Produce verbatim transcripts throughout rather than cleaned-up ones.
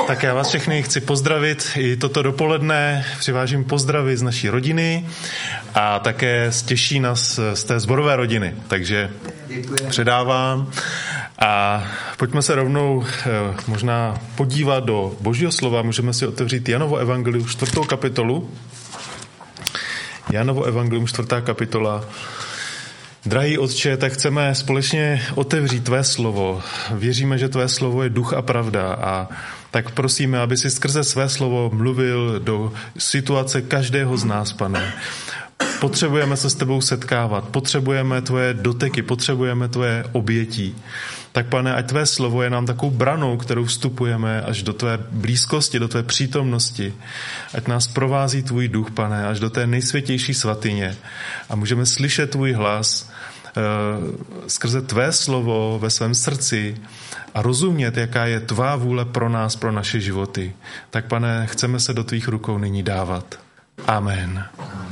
Tak já vás všechny chci pozdravit i toto dopoledne. Přivážím pozdravy z naší rodiny a také těší nás z té sborové rodiny. Takže předávám a pojďme se rovnou možná podívat do Božího slova. Můžeme si otevřít Janovo evangelium, čtvrtou kapitolu. Janovo evangelium, čtvrtá kapitola. Drahý Otče, tak chceme společně otevřít tvé slovo. Věříme, že tvé slovo je duch a pravda a tak prosíme, aby si skrze své slovo mluvil do situace každého z nás, Pane. Potřebujeme se s tebou setkávat, potřebujeme tvoje doteky, potřebujeme tvoje obětí. Tak, Pane, ať tvé slovo je nám takovou branou, kterou vstupujeme až do tvé blízkosti, do tvé přítomnosti. Ať nás provází tvůj duch, Pane, až do té nejsvětější svatyně. A můžeme slyšet tvůj hlas uh, skrze tvé slovo ve svém srdci a rozumět, jaká je tvá vůle pro nás, pro naše životy. Tak, Pane, chceme se do tvých rukou nyní dávat. Amen.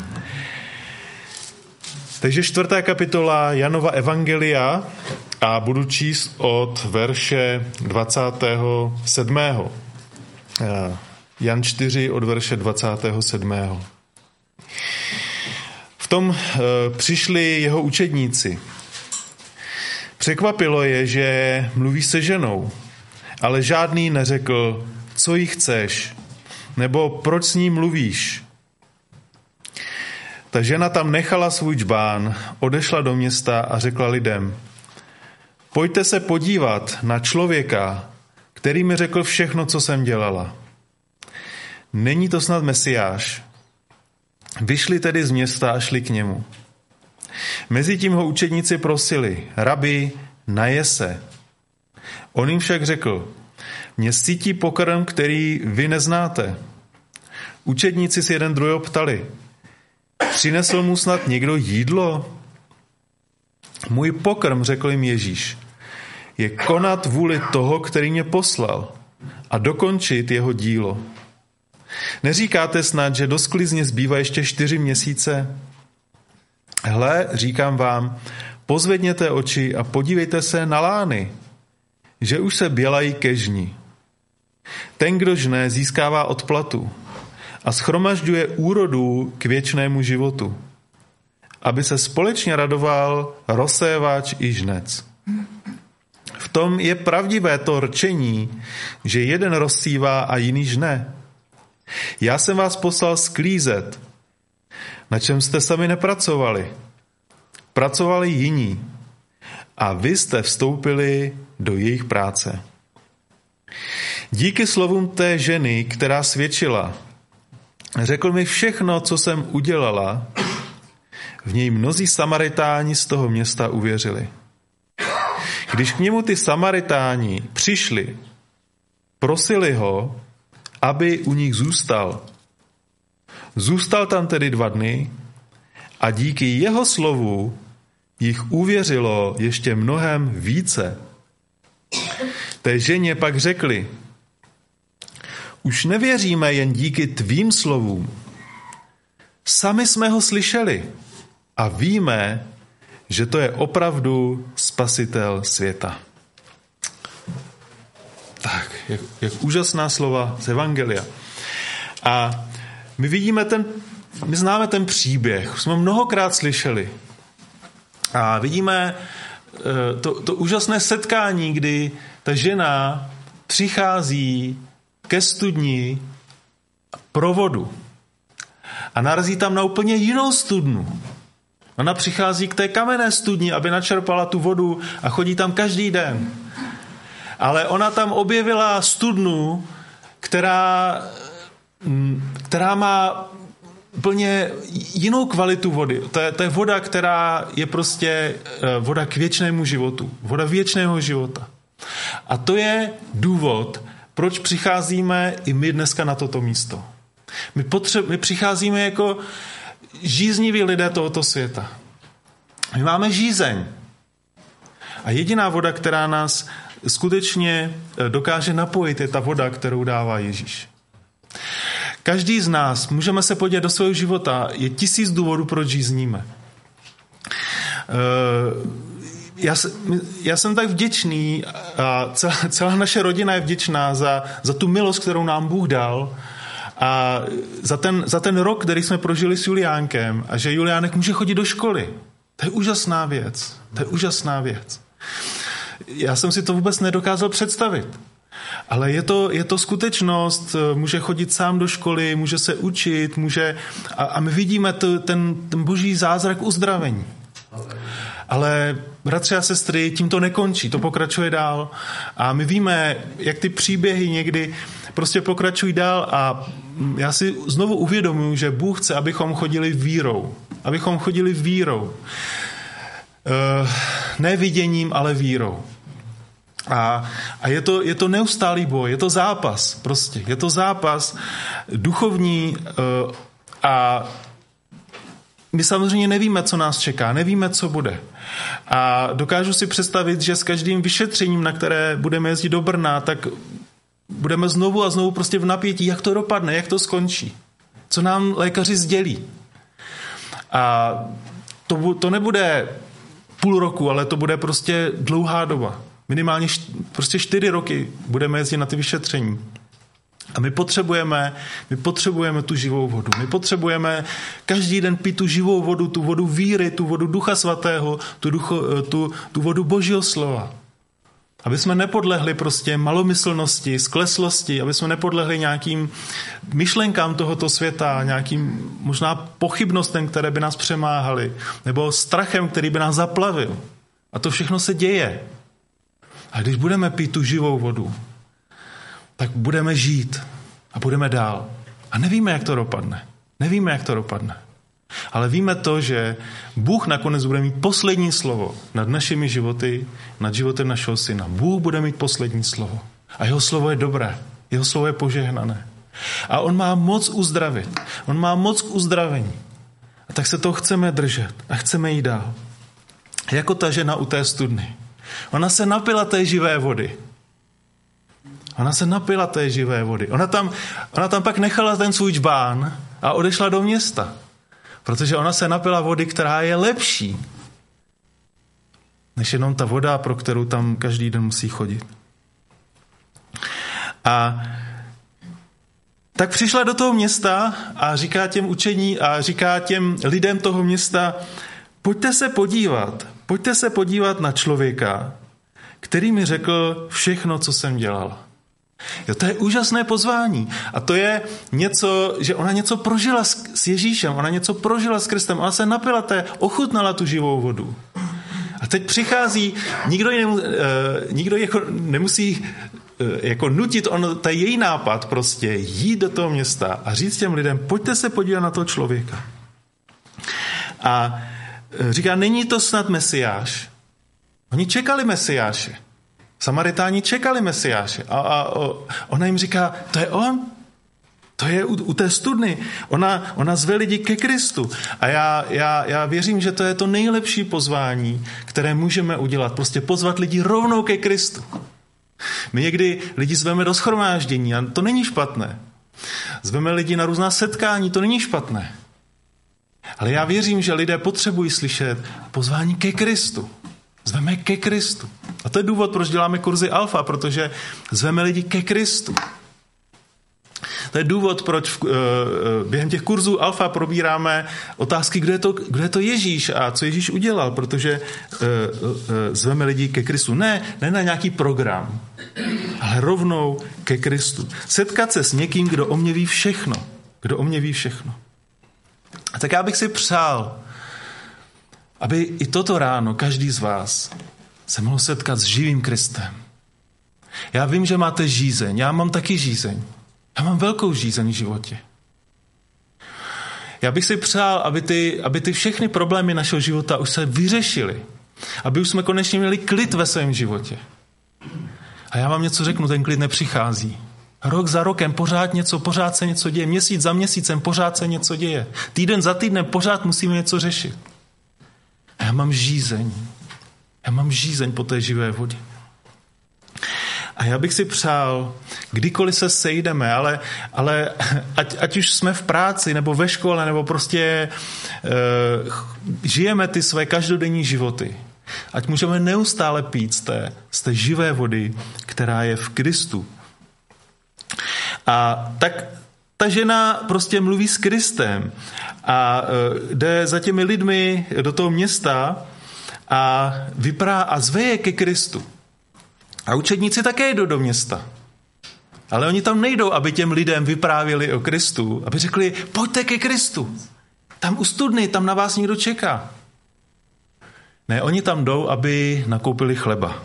Takže čtvrtá kapitola Janova evangelia a budu číst od verše dvacátého sedmého Jan čtyři od verše dvacátého sedmého V tom přišli jeho učedníci. Překvapilo je, že mluví se ženou, ale žádný neřekl, co jí chceš, nebo proč s ní mluvíš. Ta žena tam nechala svůj džbán, odešla do města a řekla lidem, pojďte se podívat na člověka, který mi řekl všechno, co jsem dělala. Není to snad Mesiáš? Vyšli tedy z města a šli k němu. Mezitím ho učedníci prosili, rabi, naje se. On jim však řekl, mě sytí pokrm, který vy neznáte. Učedníci si jeden druhého ptali, přinesl mu snad někdo jídlo? Můj pokrm, řekl jim Ježíš, je konat vůli toho, který mě poslal a dokončit jeho dílo. Neříkáte snad, že do sklizně zbývá ještě čtyři měsíce? Hle, říkám vám, pozvedněte oči a podívejte se na lány, že už se bělají ke žni. Ten, kdo žne, získává odplatu a shromažďuje úrodu k věčnému životu, aby se společně radoval rozsévač i žnec. V tom je pravdivé to rčení, že jeden rozsívá a jiný žne. Já jsem vás poslal sklízet, na čem jste sami nepracovali. Pracovali jiní a vy jste vstoupili do jejich práce. Díky slovům té ženy, která svědčila, řekl mi všechno, co jsem udělala, v něj mnozí Samaritáni z toho města uvěřili. Když k němu ty Samaritáni přišli, prosili ho, aby u nich zůstal. Zůstal tam tedy dva dny a díky jeho slovu jich uvěřilo ještě mnohem více. Té ženě pak řekli, už nevěříme jen díky tvým slovům. Sami jsme ho slyšeli a víme, že to je opravdu spasitel světa. Tak, jak, jak úžasná slova z evangelia. A my vidíme ten, my známe ten příběh, jsme mnohokrát slyšeli. A vidíme to, to úžasné setkání, kdy ta žena přichází ke studni pro vodu. A narazí tam na úplně jinou studnu. Ona přichází k té kamenné studni, aby načerpala tu vodu a chodí tam každý den. Ale ona tam objevila studnu, která, která má úplně jinou kvalitu vody. To je, to je voda, která je prostě voda k věčnému životu. Voda věčného života. A to je důvod, proč přicházíme i my dneska na toto místo. My, potře- my přicházíme jako žízniví lidé tohoto světa. My máme žízeň. A jediná voda, která nás skutečně dokáže napojit, je ta voda, kterou dává Ježíš. Každý z nás, můžeme se podívat do svého života, je tisíc důvodů, proč žízníme. já, já jsem tak vděčný a celá, celá naše rodina je vděčná za, za tu milost, kterou nám Bůh dal a za ten, za ten rok, který jsme prožili s Juliánkem a že Juliánek může chodit do školy. To je úžasná věc. To je úžasná věc. Já jsem si to vůbec nedokázal představit. Ale je to, je to skutečnost, může chodit sám do školy, může se učit, může, a, a my vidíme to, ten, ten boží zázrak uzdravení. Ale bratři a sestry, tím to nekončí, to pokračuje dál. A my víme, jak ty příběhy někdy prostě pokračují dál a já si znovu uvědomuji, že Bůh chce, abychom chodili vírou. Abychom chodili vírou. E, ne viděním, ale vírou. A, a je to, je to neustálý boj, je to zápas prostě. Je to zápas duchovní e, a my samozřejmě nevíme, co nás čeká, nevíme, co bude. A dokážu si představit, že s každým vyšetřením, na které budeme jezdit do Brna, tak budeme znovu a znovu prostě v napětí, jak to dopadne, jak to skončí. Co nám lékaři sdělí. A to, to nebude půl roku, ale to bude prostě dlouhá doba. Minimálně št, prostě čtyři roky budeme jezdit na ty vyšetření. A my potřebujeme, my potřebujeme tu živou vodu. My potřebujeme každý den pít tu živou vodu, tu vodu víry, tu vodu Ducha Svatého, tu, ducho, tu, tu vodu Božího slova. Aby jsme nepodlehli prostě malomyslnosti, skleslosti, aby jsme nepodlehli nějakým myšlenkám tohoto světa, nějakým možná pochybnostem, které by nás přemáhaly, nebo strachem, který by nás zaplavil. A to všechno se děje. A když budeme pít tu živou vodu, tak budeme žít a budeme dál. A nevíme, jak to dopadne. Nevíme, jak to dopadne. Ale víme to, že Bůh nakonec bude mít poslední slovo nad našimi životy, nad životem našeho syna. Bůh bude mít poslední slovo. A jeho slovo je dobré. Jeho slovo je požehnané. A on má moc uzdravit. On má moc k uzdravení. A tak se toho chceme držet a chceme jít dál. Jako ta žena u té studny. Ona se napila té živé vody. Ona se napila té živé vody. Ona tam, ona tam pak nechala ten svůj džbán a odešla do města. Protože ona se napila vody, která je lepší, než jenom ta voda, pro kterou tam každý den musí chodit. A tak přišla do toho města a říká těm učení a říká těm lidem toho města, pojďte se podívat, pojďte se podívat na člověka, který mi řekl všechno, co jsem dělal. Jo, to je úžasné pozvání. A to je něco, že ona něco prožila s, s Ježíšem, ona něco prožila s Kristem, ona se napila té, ochutnala tu živou vodu. A teď přichází, nikdo ji nemu, uh, nikdo jako nemusí uh, jako nutit, on, to je její nápad prostě jít do toho města a říct těm lidem, pojďte se podívat na toho člověka. A uh, říká, není to snad Mesiáš? Oni čekali Mesiáše. Samaritáni čekali Mesiáše a, a, a ona jim říká, to je on, to je u, u té studny. Ona, ona zve lidi ke Kristu. A já, já, já věřím, že to je to nejlepší pozvání, které můžeme udělat. Prostě pozvat lidi rovnou ke Kristu. My někdy lidi zveme do shromáždění a to není špatné. Zveme lidi na různá setkání, to není špatné. Ale já věřím, že lidé potřebují slyšet pozvání ke Kristu. Zveme ke Kristu. A to je důvod, proč děláme kurzy Alfa, protože zveme lidi ke Kristu. To je důvod, proč v, uh, během těch kurzů Alfa probíráme otázky, kdo je, to, kdo je to Ježíš a co Ježíš udělal, protože uh, uh, zveme lidi ke Kristu. Ne, ne na nějaký program, ale rovnou ke Kristu. Setkat se s někým, kdo o mě ví všechno. Kdo o mě ví všechno. A tak já bych si přál, aby i toto ráno každý z vás se mohl setkat s živým Kristem. Já vím, že máte žízeň. Já mám taky žízeň. Já mám velkou žízeň v životě. Já bych si přál, aby ty, aby ty všechny problémy našeho života už se vyřešily. Aby už jsme konečně měli klid ve svém životě. A já vám něco řeknu, ten klid nepřichází. Rok za rokem pořád něco, pořád se něco děje. Měsíc za měsícem pořád se něco děje. Týden za týdnem pořád musíme něco řešit. A já mám žízeň. Já mám žízeň po té živé vodě. A já bych si přál, kdykoliv se sejdeme, ale, ale ať, ať už jsme v práci, nebo ve škole, nebo prostě uh, žijeme ty své každodenní životy, Ať můžeme neustále pít z té, z té živé vody, která je v Kristu. A tak ta žena prostě mluví s Kristem a jde za těmi lidmi do toho města a vyprá a zve je ke Kristu. A učedníci také jdou do města. Ale oni tam nejdou, aby těm lidem vyprávěli o Kristu, aby řekli, pojďte ke Kristu. Tam u studny, tam na vás někdo čeká. Ne, oni tam jdou, aby nakoupili chleba.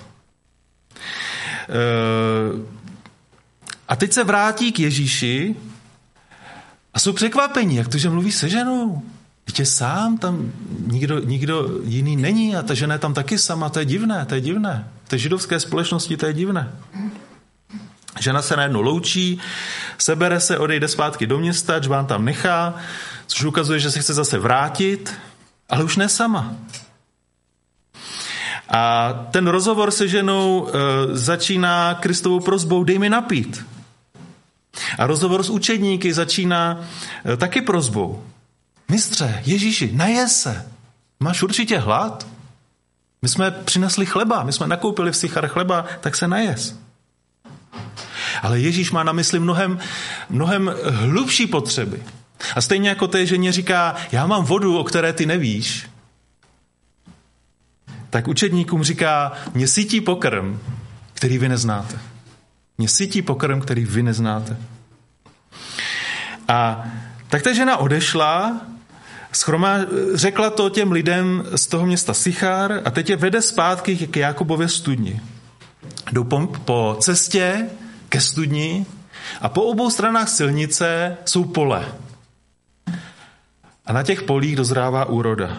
A teď se vrátí k Ježíši a jsou překvapení, jak to, že mluví se ženou. Teď je sám, tam nikdo, nikdo jiný není a ta žena je tam taky sama, to je divné, to je divné. V té židovské společnosti to je divné. Žena se najednou loučí, sebere se, odejde zpátky do města, džbán tam nechá, což ukazuje, že se chce zase vrátit, ale už ne sama. A ten rozhovor se ženou e, začíná Kristovou prosbou, dej mi napít. A rozhovor s učedníky začíná e, taky prosbou. Mistře, Ježíši, najes se. Máš určitě hlad? My jsme přinesli chleba, my jsme nakoupili v Sychar chleba, tak se najes. Ale Ježíš má na mysli mnohem, mnohem hlubší potřeby. A stejně jako té ženě říká, já mám vodu, o které ty nevíš, tak učedníkům říká, mě sytí pokrm, který vy neznáte. Mě sytí pokrm, který vy neznáte. A tak ta žena odešla, schromá, řekla to těm lidem z toho města Sychar a teď je vede zpátky k Jákobově studni. Jdou po, po cestě ke studni a po obou stranách silnice jsou pole. A na těch polích dozrává úroda.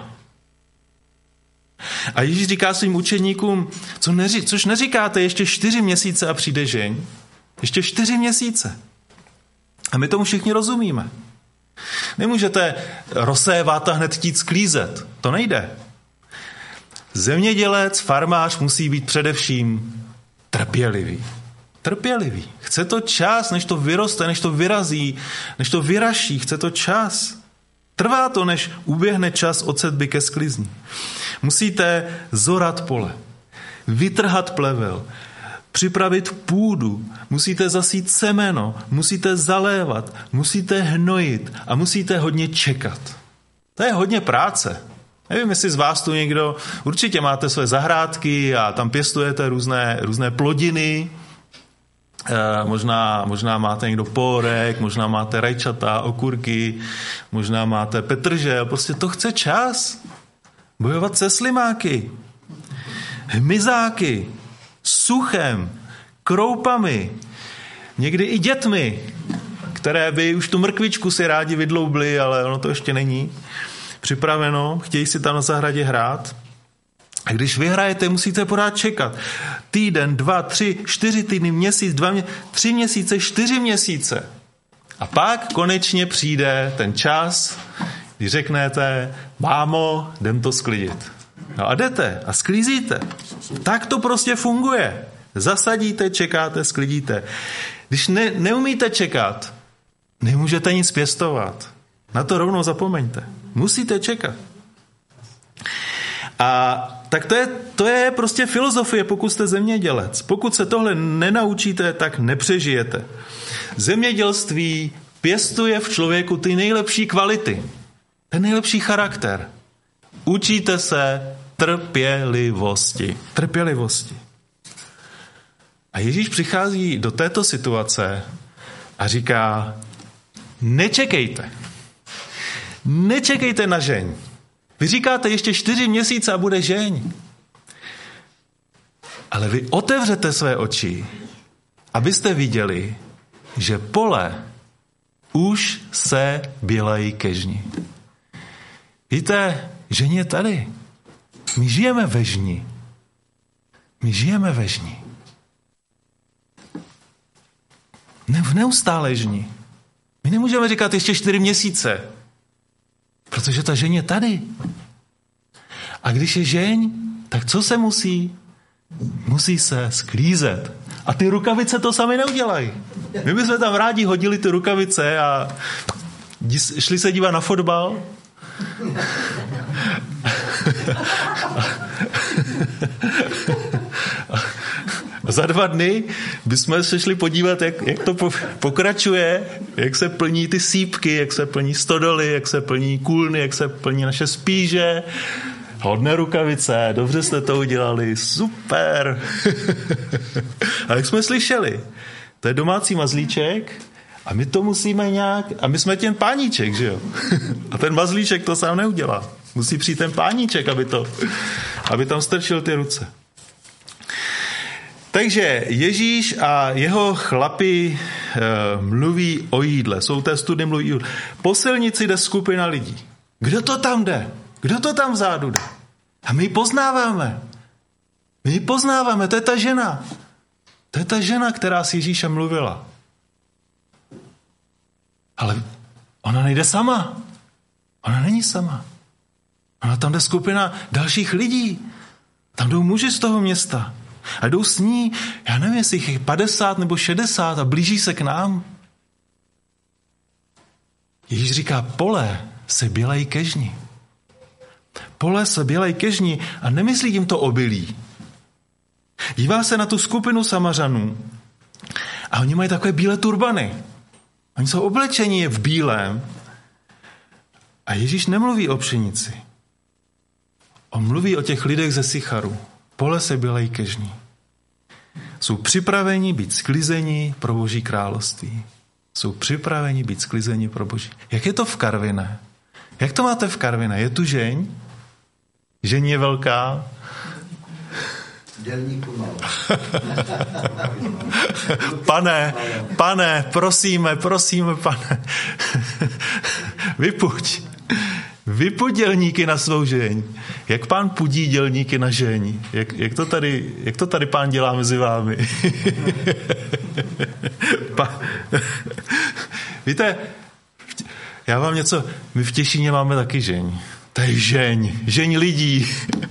A Ježíš říká svým učeníkům, co neří, což neříkáte, ještě čtyři měsíce a přijde žeň. Ještě čtyři měsíce. A my tomu všichni rozumíme. Nemůžete rozsévat a hned chtít sklízet. To nejde. Zemědělec, farmář musí být především trpělivý. Trpělivý. Chce to čas, než to vyroste, než to vyrazí, než to vyraší. Chce to čas. Trvá to, než uběhne čas od setby ke sklizni. Musíte zorat pole, vytrhat plevel, připravit půdu, musíte zasít semeno, musíte zalévat, musíte hnojit a musíte hodně čekat. To je hodně práce. Nevím, jestli z vás tu někdo, určitě máte své zahrádky a tam pěstujete různé, různé plodiny, e, možná, možná máte někdo pórek, možná máte rajčata, okurky, možná máte petržel, prostě to chce čas. Bojovat se slimáky, hmyzáky, suchem, kroupami, někdy i dětmi, které by už tu mrkvičku si rádi vydloubli, ale ono to ještě není připraveno, chtějí si tam na zahradě hrát. A když vyhrajete, musíte pořád čekat. Týden, dva, tři, čtyři týdny, měsíc, dva měsíce, tři měsíce, čtyři měsíce. A pak konečně přijde ten čas, když řeknete, mámo, jdem to sklidit. No a jdete a sklízíte. Tak to prostě funguje. Zasadíte, čekáte, sklidíte. Když ne, neumíte čekat, nemůžete nic pěstovat. Na to rovnou zapomeňte. Musíte čekat. A tak to je, to je prostě filozofie, pokud jste zemědělec. Pokud se tohle nenaučíte, tak nepřežijete. Zemědělství pěstuje v člověku ty nejlepší kvality. Ten nejlepší charakter. Učíte se trpělivosti. Trpělivosti. A Ježíš přichází do této situace a říká, nečekejte. Nečekejte na žeň. Vy říkáte ještě čtyři měsíce a bude žeň. Ale vy otevřete své oči, abyste viděli, že pole už se bělají ke žni. Víte, žeň je tady. My žijeme ve žni. My žijeme ve žni. Ne, v neustálé žni. My nemůžeme říkat ještě čtyři měsíce, protože ta žeň je tady. A když je žeň, tak co se musí? Musí se sklízet. A ty rukavice to sami neudělají. My bychom tam rádi hodili ty rukavice a šli se dívat na fotbal. Za dva dny bychom se šli podívat, jak, jak to pokračuje, jak se plní ty sýpky, jak se plní stodoly, jak se plní kůlny, jak se plní naše spíže. Hodné rukavice, dobře jste to udělali, super. A jak jsme slyšeli, to je domácí mazlíček a my to musíme nějak, a my jsme ten páníček, že jo? A ten mazlíček to sám neudělá. Musí přijít ten páníček, aby, to, aby tam strčil ty ruce. Takže Ježíš a jeho chlapi e, mluví o jídle. Jsou té studny mluví o jídle. Po silnici jde skupina lidí. Kdo to tam jde? Kdo to tam vzadu jde? A my ji poznáváme. My ji poznáváme, to je ta žena. To je ta žena, která s Ježíšem mluvila. Ale ona nejde sama. Ona není sama. Ona tam jde skupina dalších lidí. Tam jdou muži z toho města. A jdou s ní, já nevím, jestli jich je padesát nebo šedesát a blíží se k nám. Ježíš říká, pole se bělají ke žni. Pole se bělají ke žni a nemyslí jim to obilí. Dívá se na tu skupinu Samařanů a oni mají takové bílé turbany. Oni jsou oblečeni v bílém a Ježíš nemluví o pšenici. On mluví o těch lidech ze Sycharu. Pole se bělají ke žni. Jsou připraveni být sklizeni pro Boží království. Jsou připraveni být sklizeni pro Boží. Jak je to v Karviné? Jak to máte v Karviné? Je tu žeň? Žeň je velká? Dělníku malo. Pane, pane, prosíme, prosíme, pane. Vypuď. Vypuď dělníky na svou žeň. Jak pán pudí dělníky na žeň? Jak, jak, to, tady, jak to tady pán dělá mezi vámi? pa, víte, já vám něco, my v Těšíně máme taky žeň. To je žeň, žeň lidí.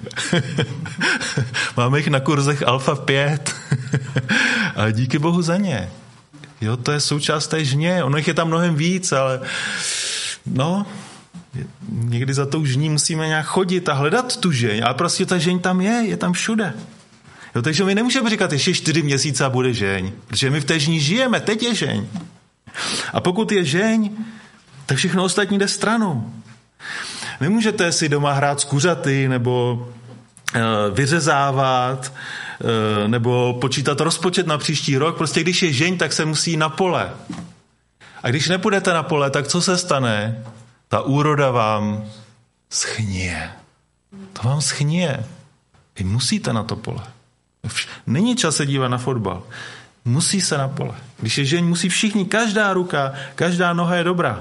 Máme jich na kurzech Alfa pět. A díky Bohu za ně. Jo, to je součást té žně. Ono jich je tam mnohem víc, ale no, někdy za tou žní musíme nějak chodit a hledat tu žeň. Ale prostě ta žeň tam je, je tam všude. Jo, takže my nemůžeme říkat, ještě čtyři měsíce a bude žeň. Protože my v té žní žijeme, teď je žeň. A pokud je žeň, tak všechno ostatní jde stranou. Nemůžete si doma hrát s kuřaty, nebo e, vyřezávat, e, nebo počítat rozpočet na příští rok. Prostě když je žeň, tak se musí na pole. A když nepůjdete na pole, tak co se stane? Ta úroda vám schnije. To vám schnije. Vy musíte na to pole. Není čas se dívat na fotbal. Musí se na pole. Když je žeň, musí všichni, každá ruka, každá noha je dobrá.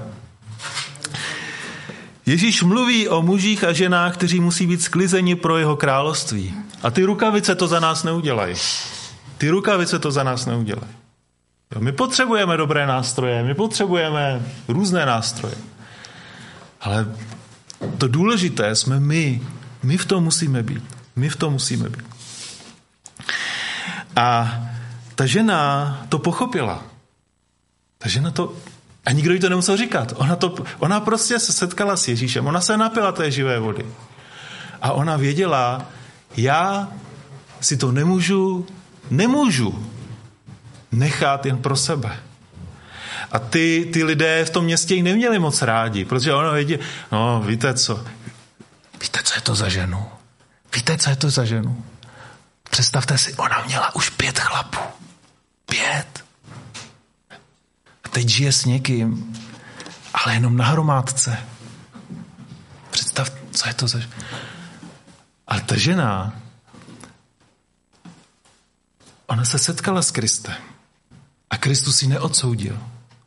Ježíš mluví o mužích a ženách, kteří musí být sklizeni pro jeho království. A ty rukavice to za nás neudělají. Ty rukavice to za nás neudělají. My potřebujeme dobré nástroje, my potřebujeme různé nástroje. Ale to důležité jsme my. My v tom musíme být. My v tom musíme být. A ta žena to pochopila. Ta žena to... A nikdo jí to nemusel říkat. Ona, to, ona prostě se setkala s Ježíšem. Ona se napila té živé vody. A ona věděla, já si to nemůžu, nemůžu nechat jen pro sebe. A ty, ty lidé v tom městě ji neměli moc rádi, protože ona věděla, no víte co, víte, co je to za ženu? Víte, co je to za ženu? Představte si, ona měla už pět chlapů. Pět. A teď žije s někým, ale jenom na hromádce. Představ, co je to za ženu? Ale ta žena, ona se setkala s Kristem a Kristus ji neodsoudil.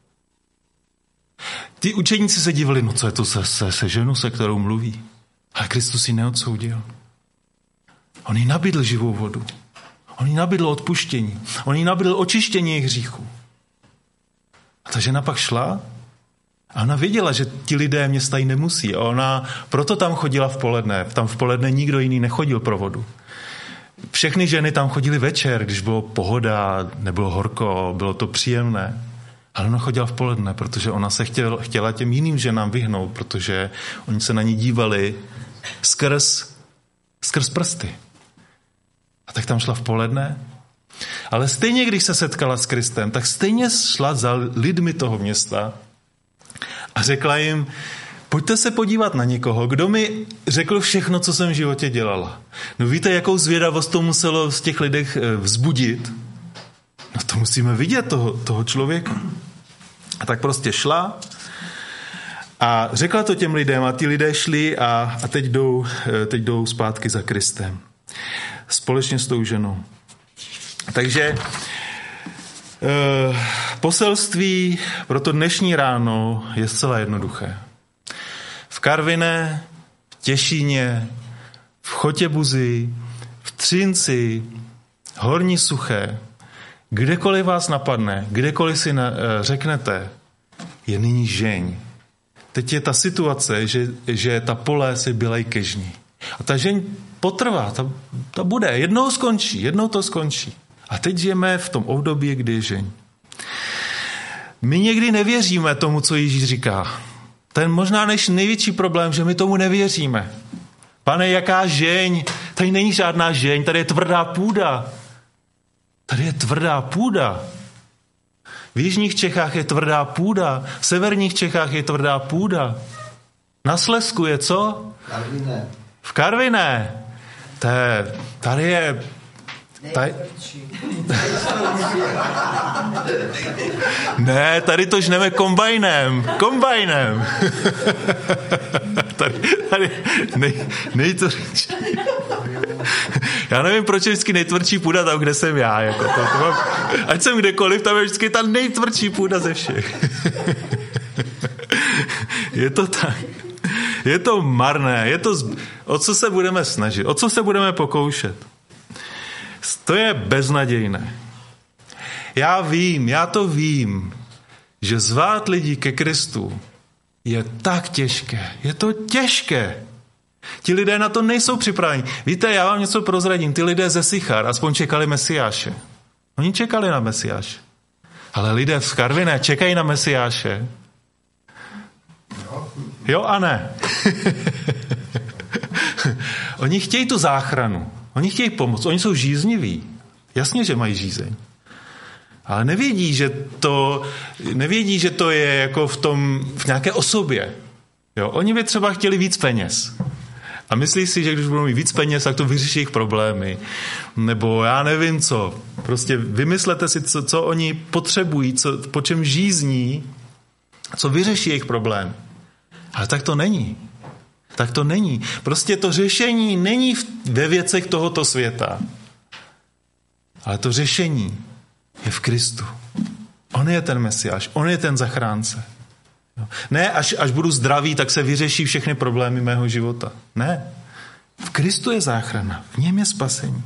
Ty učeníci se divili, no co je to se, se, se ženou, se kterou mluví. Ale Kristus ji neodsoudil. On jí nabídl živou vodu. On jí nabídl odpuštění. On jí nabídl očištění jejich hříchů. A ta žena pak šla a ona věděla, že ti lidé města jí nemusí. A ona proto tam chodila v poledne. Tam v poledne nikdo jiný nechodil pro vodu. Všechny ženy tam chodily večer, když bylo pohoda, nebylo horko, bylo to příjemné. Ale ona chodila v poledne, protože ona se chtěla, chtěla těm jiným ženám vyhnout, protože oni se na ní dívali skrz, skrz prsty. A tak tam šla v poledne. Ale stejně, když se setkala s Kristem, tak stejně šla za lidmi toho města a řekla jim, pojďte se podívat na někoho, kdo mi řekl všechno, co jsem v životě dělala. No víte, jakou zvědavost to muselo z těch lidech vzbudit? No to musíme vidět, toho, toho člověka. A tak prostě šla a řekla to těm lidem a ti lidé šli a, a teď, jdou, teď jdou zpátky za Kristem. Společně s tou ženou. Takže e, poselství pro to dnešní ráno je zcela jednoduché. V Karviné, v Těšíně, v Chotěbuzi, v Třinci, Horní Suché, kdekoliv vás napadne, kdekoliv si na, e, řeknete, je nyní žeň. Teď je ta situace, že, že ta pole se bělají ke žni. A ta žeň potrvá, ta, ta bude, jednou skončí, jednou to skončí. A teď žijeme v tom období, kdy je žeň. My někdy nevěříme tomu, co Ježíš říká. Ten možná než největší problém, že my tomu nevěříme. Pane, jaká žeň? Tady není žádná žeň, tady je tvrdá půda. Tady je tvrdá půda. V jižních Čechách je tvrdá půda, v severních Čechách je tvrdá půda. Na Slezsku je co? Karviné. V Karviné. Té, tady je... Tady... Ne, tady to žneme kombajnem. Kombajnem. tady, tady nej, nejtvrdší. Já nevím, proč je vždycky nejtvrdší půda tam, kde jsem já. Jako to, to mám, ať jsem kdekoliv, tam je vždycky ta nejtvrdší půda ze všech. Je to tak. Je to marné. Je to, o co se budeme snažit? O co se budeme pokoušet? To je beznadějné. Já vím, já to vím, že zvát lidi ke Kristu je tak těžké. Je to těžké. Ti lidé na to nejsou připraveni. Víte, já vám něco prozradím. Ty lidé ze Sichar aspoň čekali Mesiáše. Oni čekali na Mesiáše. Ale lidé v Karviné čekají na Mesiáše. Jo a ne. Oni chtějí tu záchranu. Oni chtějí pomoct. Oni jsou žízniví. Jasně, že mají žízeň. Ale nevědí, že to, nevědí, že to je jako v tom, v nějaké osobě. Jo? Oni by třeba chtěli víc peněz. A myslí si, že když budou mít víc peněz, tak to vyřeší jejich problémy. Nebo já nevím co. Prostě vymyslete si, co, co oni potřebují, co, po čem žízní, co vyřeší jejich problém. Ale tak to není. Tak to není. Prostě to řešení není ve věcech tohoto světa. Ale to řešení je v Kristu. On je ten Mesiáš, on je ten zachránce. Ne, až, až budu zdravý, tak se vyřeší všechny problémy mého života. Ne. V Kristu je záchrana, v něm je spasení.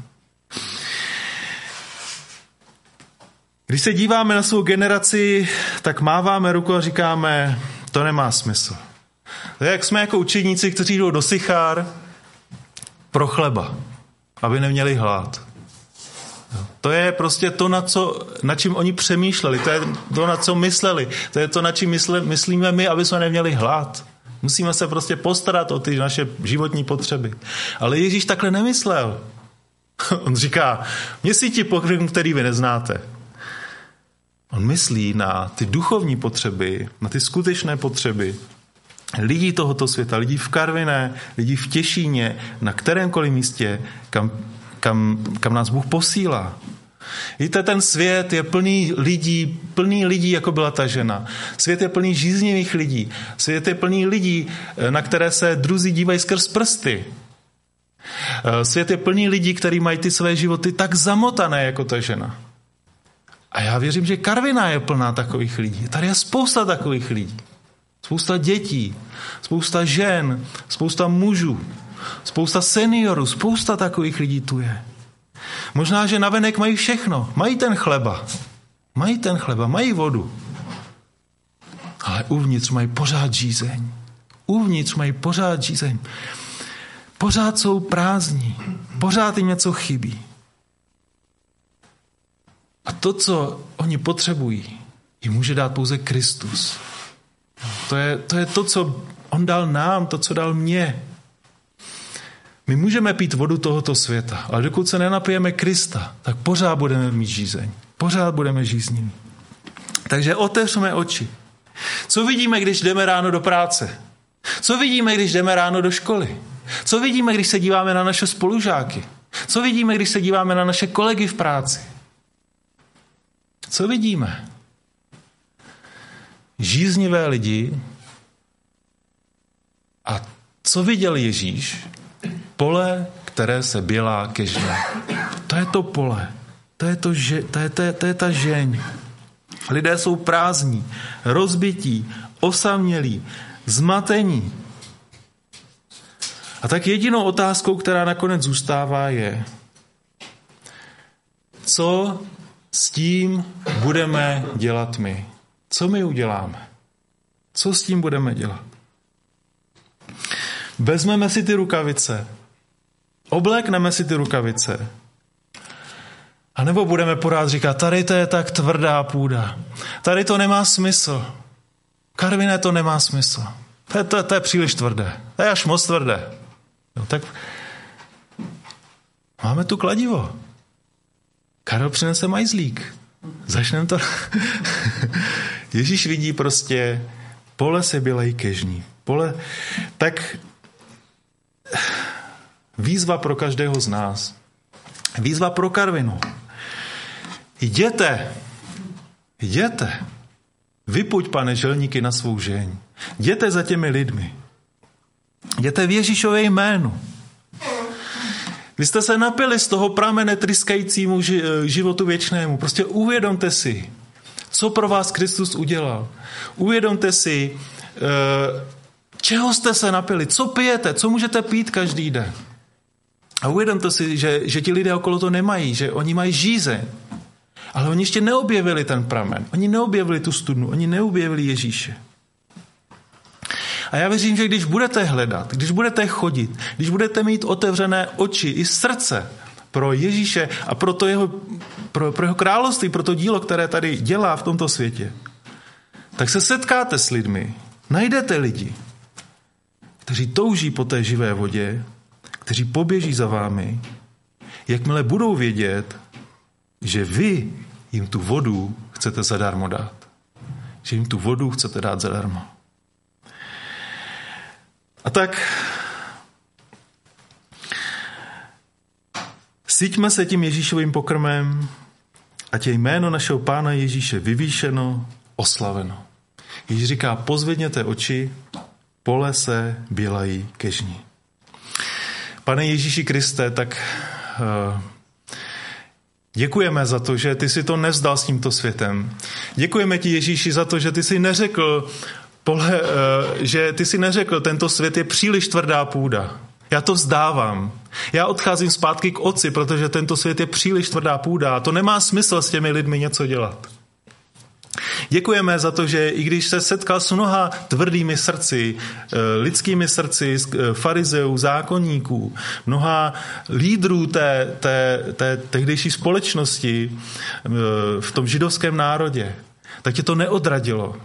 Když se díváme na svou generaci, tak máváme rukou a říkáme, to nemá smysl. To je, jak jsme jako učedníci, kteří jdou do Sichár pro chleba, aby neměli hlad. To je prostě to, na, co, na čím oni přemýšleli, to je to, na co mysleli, to je to, na čím mysle, myslíme my, aby jsme neměli hlad. Musíme se prostě postarat o ty naše životní potřeby. Ale Ježíš takhle nemyslel. On říká, mě si ti pokrm, který vy neznáte. On myslí na ty duchovní potřeby, na ty skutečné potřeby lidí tohoto světa, lidí v Karviné, lidí v Těšíně, na kterémkoliv místě, kam, kam, kam nás Bůh posílá. Víte, ten svět je plný lidí, plný lidí, jako byla ta žena. Svět je plný žíznivých lidí. Svět je plný lidí, na které se druzí dívají skrz prsty. Svět je plný lidí, kteří mají ty své životy tak zamotané, jako ta žena. A já věřím, že Karviná je plná takových lidí. Tady je spousta takových lidí. Spousta dětí, spousta žen, spousta mužů, spousta seniorů, spousta takových lidí tu je. Možná, že navenek mají všechno. Mají ten chleba. Mají ten chleba, mají vodu. Ale uvnitř mají pořád žízeň. Uvnitř mají pořád žízeň. Pořád jsou prázdní. Pořád jim něco chybí. A to, co oni potřebují, jim může dát pouze Kristus. To je, to je to, co on dal nám, to, co dal mně. My můžeme pít vodu tohoto světa, ale dokud se nenapijeme Krista, tak pořád budeme mít žízeň. Pořád budeme žízniví. Takže otevřme oči. Co vidíme, když jdeme ráno do práce? Co vidíme, když jdeme ráno do školy? Co vidíme, když se díváme na naše spolužáky? Co vidíme, když se díváme na naše kolegy v práci? Co vidíme? Žíznivé lidi. A co viděl Ježíš? Pole, které se bělá ke žně. To je to pole. To je, to, že, to, je, to, je, to je ta žeň. Lidé jsou prázdní, rozbití, osamělí, zmatení. A tak jedinou otázkou, která nakonec zůstává, je, co s tím budeme dělat my? Co my uděláme? Co s tím budeme dělat? Vezmeme si ty rukavice, oblékneme si ty rukavice, a nebo budeme pořád říkat, tady to je tak tvrdá půda, tady to nemá smysl. Karviné, to nemá smysl. To je, to, to je příliš tvrdé, to je až moc tvrdé. No, tak máme tu kladivo. Karel přinese majzlík. Začneme to. Ježíš vidí prostě, pole se bělejí ke žni. Pole, tak výzva pro každého z nás. Výzva pro Karvinu. Jděte, jděte. Vypuď, pane, želníky na svou žeň. Jděte za těmi lidmi. Jděte v Ježíšově jménu. Vy jste se napili z toho pramene tryskajícímu životu věčnému. Prostě uvědomte si, co pro vás Kristus udělal. Uvědomte si, čeho jste se napili, co pijete, co můžete pít každý den. A uvědomte si, že, že ti lidé okolo to nemají, že oni mají žízeň. Ale oni ještě neobjevili ten pramen. Oni neobjevili tu studnu, oni neobjevili Ježíše. A já věřím, že když budete hledat, když budete chodit, když budete mít otevřené oči i srdce pro Ježíše a pro, to jeho, pro, pro jeho království, pro to dílo, které tady dělá v tomto světě, tak se setkáte s lidmi, najdete lidi, kteří touží po té živé vodě, kteří poběží za vámi, jakmile budou vědět, že vy jim tu vodu chcete zadarmo dát. Že jim tu vodu chcete dát zadarmo. A tak syťme se tím Ježíšovým pokrmem, ať je jméno našeho Pána Ježíše vyvýšeno, oslaveno. Ježíš říká, pozvedněte oči, pole se bělají ke žni. Pane Ježíši Kriste, tak uh, děkujeme za to, že ty si to nevzdal s tímto světem. Děkujeme ti, Ježíši, za to, že ty si neřekl, pole, uh, že ty si neřekl, tento svět je příliš tvrdá půda. Já to vzdávám. Já odcházím zpátky k Otci, protože tento svět je příliš tvrdá půda a to nemá smysl s těmi lidmi něco dělat. Děkujeme za to, že i když se setkal s mnoha tvrdými srdci, lidskými srdci, farizeů, zákonníků, mnoha lídrů té, té, té tehdejší společnosti v tom židovském národě, tak tě to neodradilo.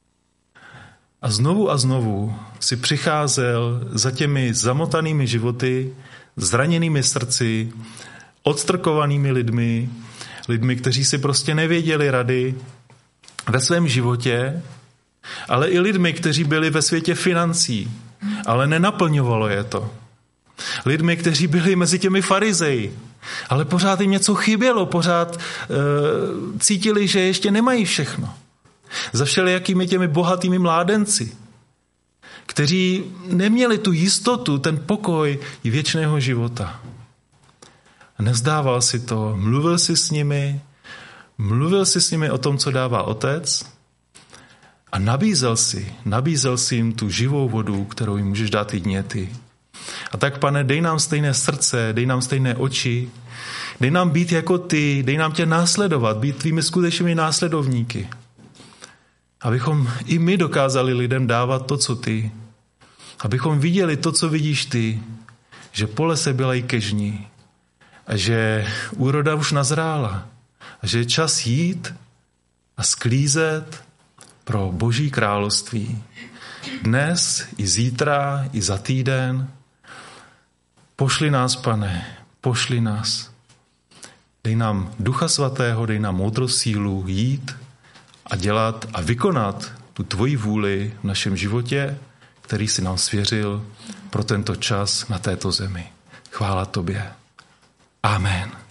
A znovu a znovu si přicházel za těmi zamotanými životy, zraněnými srdci, odstrkovanými lidmi, lidmi, kteří si prostě nevěděli rady ve svém životě, ale i lidmi, kteří byli ve světě financí, ale nenaplňovalo je to. Lidmi, kteří byli mezi těmi farizeji, ale pořád jim něco chybělo, pořád e, cítili, že ještě nemají všechno. Za všelijakými těmi bohatými mládenci, kteří neměli tu jistotu, ten pokoj věčného života. Nevzdával si to, mluvil si s nimi, mluvil si s nimi o tom, co dává Otec a nabízel si, nabízel si jim tu živou vodu, kterou jim můžeš dát jedině ty. A tak, Pane, dej nám stejné srdce, dej nám stejné oči, dej nám být jako ty, dej nám tě následovat, být tvými skutečnými následovníky. Abychom i my dokázali lidem dávat to, co ty. Abychom viděli to, co vidíš ty, že pole se bělají ke žni a že úroda už nazrála a že je čas jít a sklízet pro Boží království. Dnes i zítra, i za týden, Pošli nás, Pane, pošli nás. Dej nám Ducha Svatého, dej nám moudrost, sílu jít a dělat a vykonat tu tvoji vůli v našem životě, který si nám svěřil pro tento čas na této zemi. Chvála tobě. Amen.